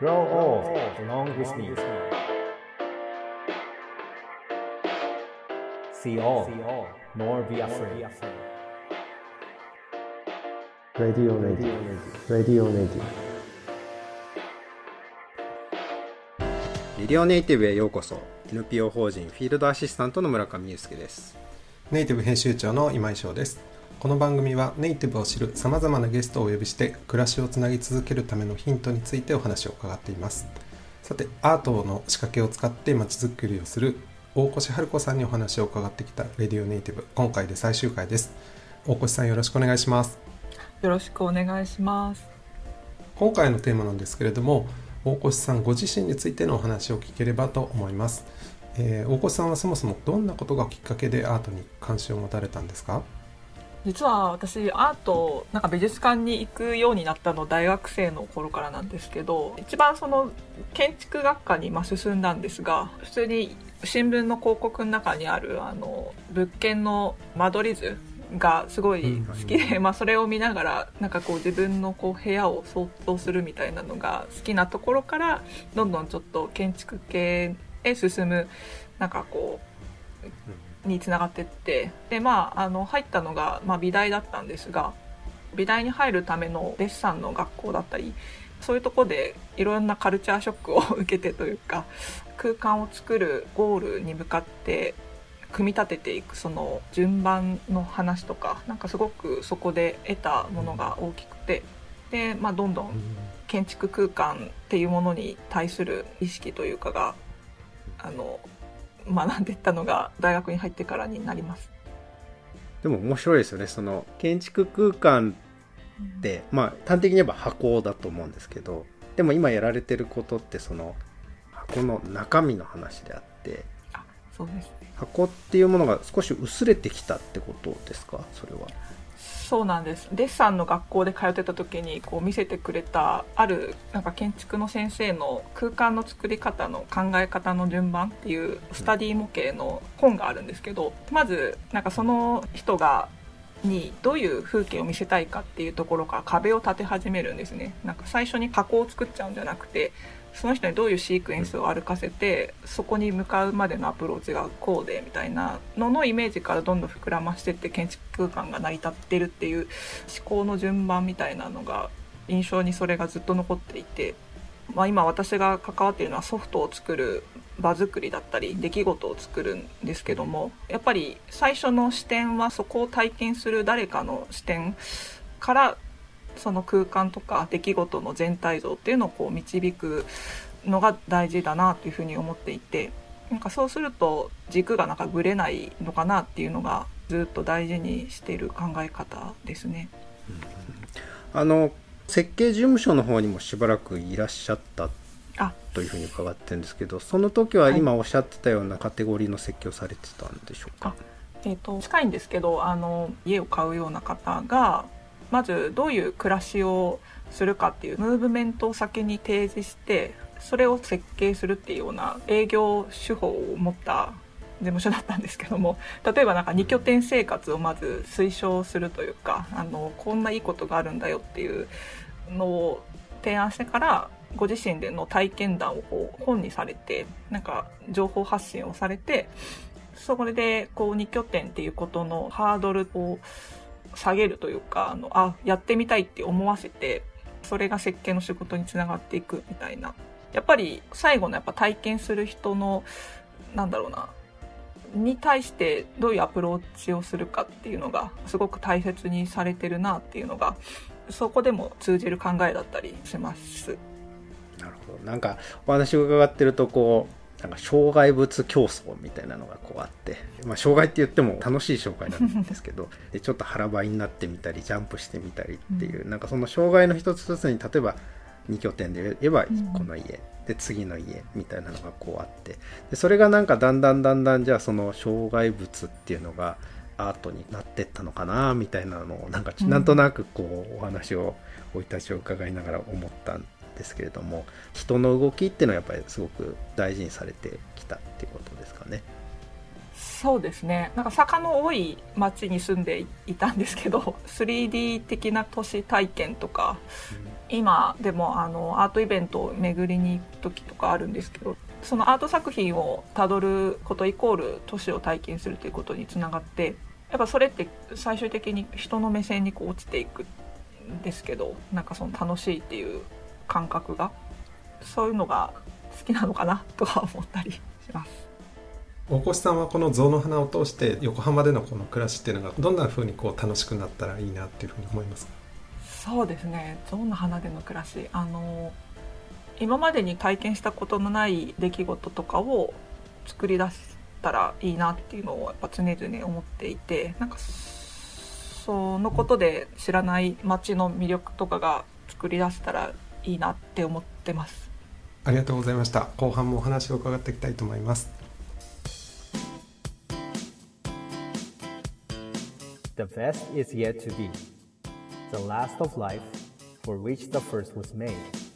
Grow old along with me. See all, nor be afraid. Radio Native レディオネイティブへようこそ。 NPO 法人フィールドアシスタントの村上裕介です。 ネイティブ編集長の今井翔です。この番組はネイティブを知るさまざまなゲストをお呼びして暮らしをつなぎ続けるためのヒントについてお話を伺っています。さて、アートの仕掛けを使ってまちづくりをする大越春子さんにお話を伺ってきたレディオネイティブ、今回で最終回です。大越さん、よろしくお願いします。 よろしくお願いします。 今回のテーマなんですけれども、大越さんご自身についてのお話を聞ければと思います。大越さんはそもそもどんなことがきっかけでアートに関心を持たれたんですか？ 実は私アート美術館に行くようになったの大学生の頃からなんですけど、一番その建築学科に進んだんですが、普通に新聞の広告の中にある物件の間取り図がすごい好きで、それを見ながら自分の部屋を想像するみたいなのが好きなところから、どんどんちょっと建築系へ進むにつながっていって、で入ったのが美大だったんですが、美大に入るためのデッサンの学校だったり、そういうところでいろんなカルチャーショックを受けてというか、空間を作るゴールに向かって組み立てていくその順番の話とか、すごくそこで得たものが大きくて、で、どんどん建築空間っていうものに対する意識というかが学んでいったのが大学に入ってからになります。 でも面白いですよね。その建築空間って、端的に言えば箱だと思うんですけど、でも今やられてることってその箱の中身の話であって、 そうですね、 箱っていうものが少し薄れてきたってことですか？それは。 そうなんです。デッサンの学校で通ってた時に見せてくれたある建築の先生の空間の作り方の考え方の順番っていうスタディ模型の本があるんですけど、まずその人にどういう風景を見せたいかっていうところから壁を立て始めるんですね。最初に箱を作っちゃうんじゃなくて、その人にどういうシークエンスを歩かせて、そこに向かうまでのアプローチがこうでみたいなののイメージからどんどん膨らましていって、建築空間が成り立ってるっていう思考の順番みたいなのが印象に、それがずっと残っていて、今私が関わっているのはソフトを作る場作りだったり出来事を作るんですけども、やっぱり最初の視点はそこを体験する誰かの視点からその空間とか出来事の全体像っていうのを導くのが大事だなというふうに思っていて、そうすると軸がぶれないのかなっていうのがずっと大事にしている考え方ですね。 設計事務所の方にもしばらくいらっしゃったというふうに伺ってるんですけど、その時は今おっしゃってたようなカテゴリーの設計をされてたんでしょうか？ 近いんですけど、家を買うような方がまずどういう暮らしをするかっていうムーブメントを先に提示して、それを設計するっていうような営業手法を持った事務所だったんですけども、例えば2拠点生活をまず推奨するというか、こんないいことがあるんだよっていうのを提案してから、ご自身での体験談を本にされて、情報発信をされて、そこで2拠点っていうことのハードルを下げるというか、やってみたいって思わせて、それが設計の仕事につながっていくみたいな、やっぱり最後の体験する人のに対してどういうアプローチをするかっていうのがすごく大切にされてるなっていうのが、そこでも通じる考えだったりします。 なるほど。お話を伺ってると障害物競争みたいなのがあって、障害って言っても楽しい障害なんですけどでちょっと腹ばいになってみたりジャンプしてみたりっていう、その障害の一つ一つに、例えば2拠点で言えばこの家で次の家みたいなのがあって、でそれがだんだんじゃあその障害物っていうのがアートになってったのかなみたいなのをなんとなくお話を生い立ちを伺いながら思ったんですけれども、人の動きっていうのはやっぱりすごく大事にされてきたっていうことですかね？ そうですね。坂の多い町に住んでいたんですけど、3D 的な都市体験とか、 今でもアートイベントを巡りに行く時とかあるんですけど、そのアート作品をたどることイコール都市を体験するということにつながって、やっぱそれって最終的に人の目線にこう落ちていくんですけど、なんかその楽しいっていう感覚が、そういうのが好きなのかなとか思ったりします。 大越さんはこの象の花を通して横浜でのこの暮らしっていうのがどんな風にこう楽しくなったらいいなっていうふうに思いますか？ そうですね、象の花での暮らし、今までに体験したことのない出来事とかを作り出したらいいなっていうのをやっぱ常々思っていて、なんかそのことで知らない街の魅力とかが作り出せたらいいなって思ってます。 ありがとうございました。後半もお話を伺っていきたいと思います。 The best is yet to be, the last of life for which the first was made.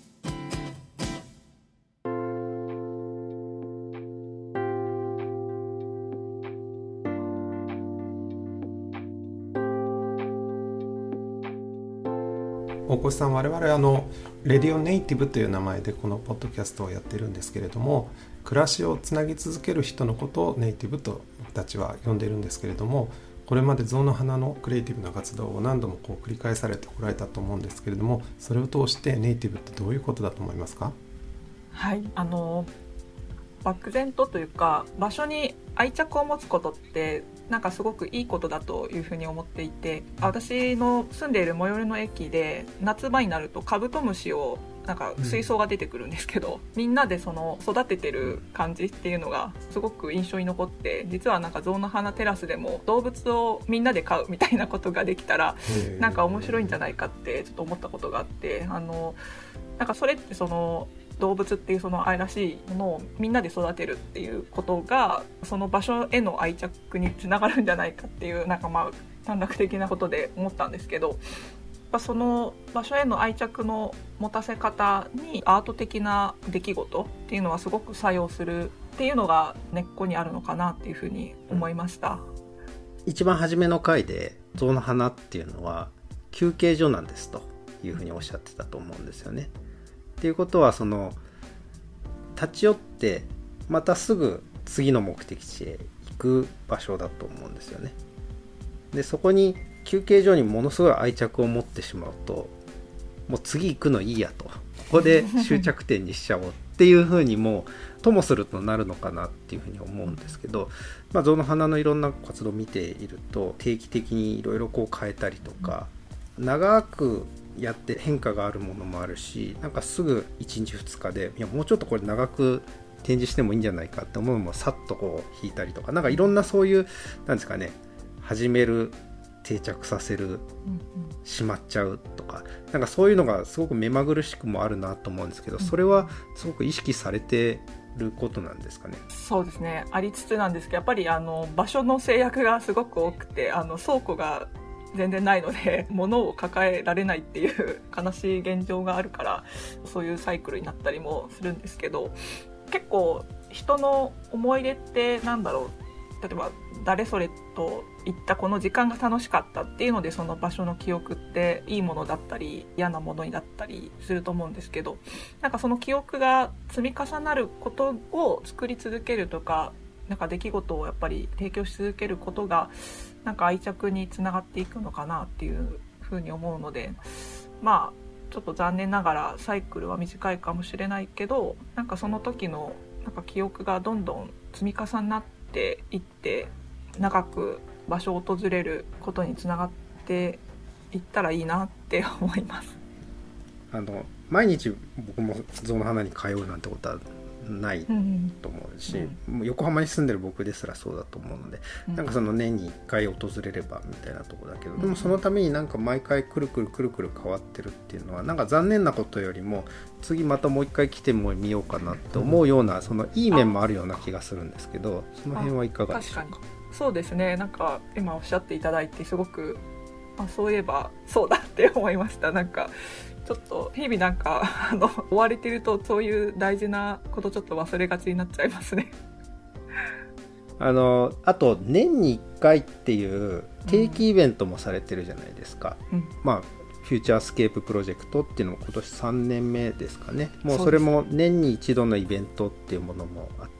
大越さん、我々レディオネイティブという名前でこのポッドキャストをやってるんですけれども、暮らしをつなぎ続ける人のことをネイティブと僕たちは呼んでいるんですけれども、これまで象の花のクリエイティブな活動を何度もこう繰り返されてこられたと思うんですけれども、それを通してネイティブってどういうことだと思いますか？ はい、漠然とというか、場所に愛着を持つことってなんかすごくいいことだというふうに思っていて、私の住んでいる最寄りの駅で夏場になるとカブトムシをなんか水槽が出てくるんですけど、みんなでその育ててる感じっていうのがすごく印象に残って、実はなんか象の花テラスでも動物をみんなで飼うみたいなことができたらなんか面白いんじゃないかってちょっと思ったことがあって、なんかそれってその動物っていうその愛らしいものをみんなで育てるっていうことがその場所への愛着につながるんじゃないかっていう、なんかまあ短絡的なことで思ったんですけど、その場所への愛着の持たせ方にアート的な出来事っていうのはすごく作用するっていうのが根っこにあるのかなっていうふうに思いました。 一番初めの回で象の花っていうのは休憩所なんですというふうにおっしゃってたと思うんですよね。っていうことは、その立ち寄ってまたすぐ次の目的地へ行く場所だと思うんですよね。でそこに休憩所にものすごい愛着を持ってしまうと、もう次行くのいいやと、ここで終着点にしちゃおうっていうふうにもともするとなるのかなっていうふうに思うんですけど、象の花のいろんな活動を見ていると、定期的にいろいろこう変えたりとか、長くやって変化があるものもあるし、なんかすぐ1日2日でいやもうちょっとこれ長く展示してもいいんじゃないかって思うのもさっとこう引いたりとか、なんかいろんなそういうなんですかね、始める、定着させる、しまっちゃうとか、なんかそういうのがすごく目まぐるしくもあるなと思うんですけど、それはすごく意識されてることなんですかね？ そうですね、ありつつなんですけど、やっぱり場所の制約がすごく多くて、倉庫が全然ないので物を抱えられないっていう悲しい現状があるから、そういうサイクルになったりもするんですけど、結構人の思い出ってなんだろう、例えば誰それと行ったこの時間が楽しかったっていうので、その場所の記憶っていいものだったり嫌なものになったりすると思うんですけど、なんかその記憶が積み重なることを作り続けるとか、なんか出来事をやっぱり提供し続けることがなんか愛着につながっていくのかなっていうふうに思うので、まあちょっと残念ながらサイクルは短いかもしれないけど、なんかその時のなんか記憶がどんどん積み重なっていって、長く場所を訪れることにつながっていったらいいなって思います。 毎日僕も象の花に通うなんてことはないと思うし、もう横浜に住んでる僕ですらそうだと思うので、なんかその年に1回訪れればみたいなところだけど、でもそのためになんか毎回くるくる変わってるっていうのは、なんか残念なことよりも次またもう一回来ても見ようかなって思うような、そのいい面もあるような気がするんですけど、その辺はいかがでしょうか？ 確かにそうですね、なんか今おっしゃっていただいてすごくそういえばそうだって思いました。なんかちょっと日々なんか追われてるとそういう大事なことちょっと忘れがちになっちゃいますね。 あと年に1回っていう定期イベントもされてるじゃないですか、まあフューチャースケーププロジェクトっていうのも今年3年目ですかね。もうそれも年に一度のイベントっていうものもあって、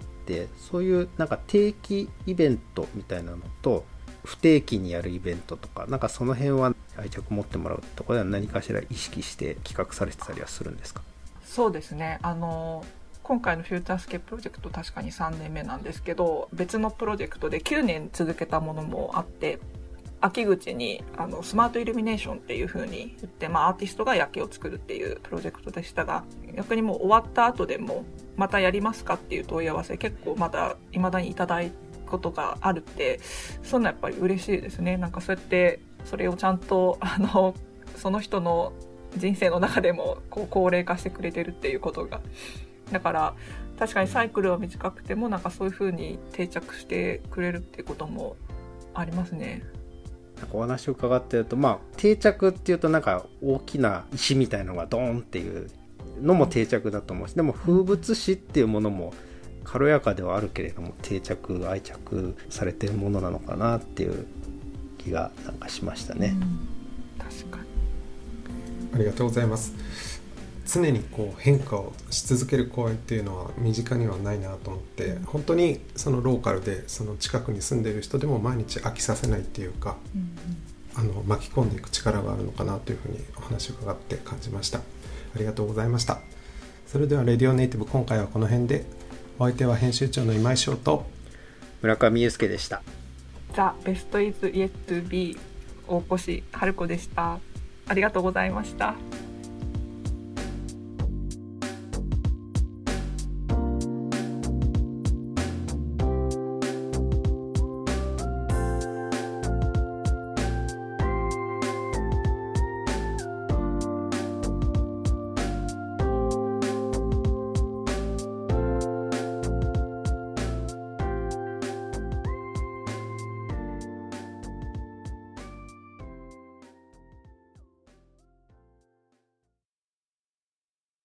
そういうなんか定期イベントみたいなのと不定期にやるイベントとか、なんかその辺は愛着持ってもらうところでは何かしら意識して企画されてたりはするんですか？ そうですね、今回のフューチャースケーププロジェクト確かに3年目なんですけど、別のプロジェクトで9年続けたものもあって、秋口にスマートイルミネーションっていう風に言って、アーティストが夜景を作るっていうプロジェクトでしたが、逆にもう終わった後でもまたやりますかっていう問い合わせ結構まだ未だにいただくことがあるって、そんなやっぱり嬉しいですね。なんかそうやってそれをちゃんとその人の人生の中でもこう高齢化してくれてるっていうことが、だから確かにサイクルは短くてもなんかそういう風に定着してくれるっていうこともありますね。 なんかお話を伺ってると、定着っていうとなんか大きな石みたいのがドーンっていうのも定着だと思うし、でも風物詩っていうものも軽やかではあるけれども定着愛着されてるものなのかなっていう気がなんかしましたね。 確かに。 ありがとうございます。常にこう変化をし続ける公園っていうのは身近にはないなと思って、本当にそのローカルでその近くに住んでいる人でも毎日飽きさせないっていうか、巻き込んでいく力があるのかなというふうにお話を伺って感じました。ありがとうございました。それではレディオネイティブ、今回はこの辺で。お相手は編集長の今井翔と村上裕介でした。 The Best is Yet to Be 大越春子でした。ありがとうございました。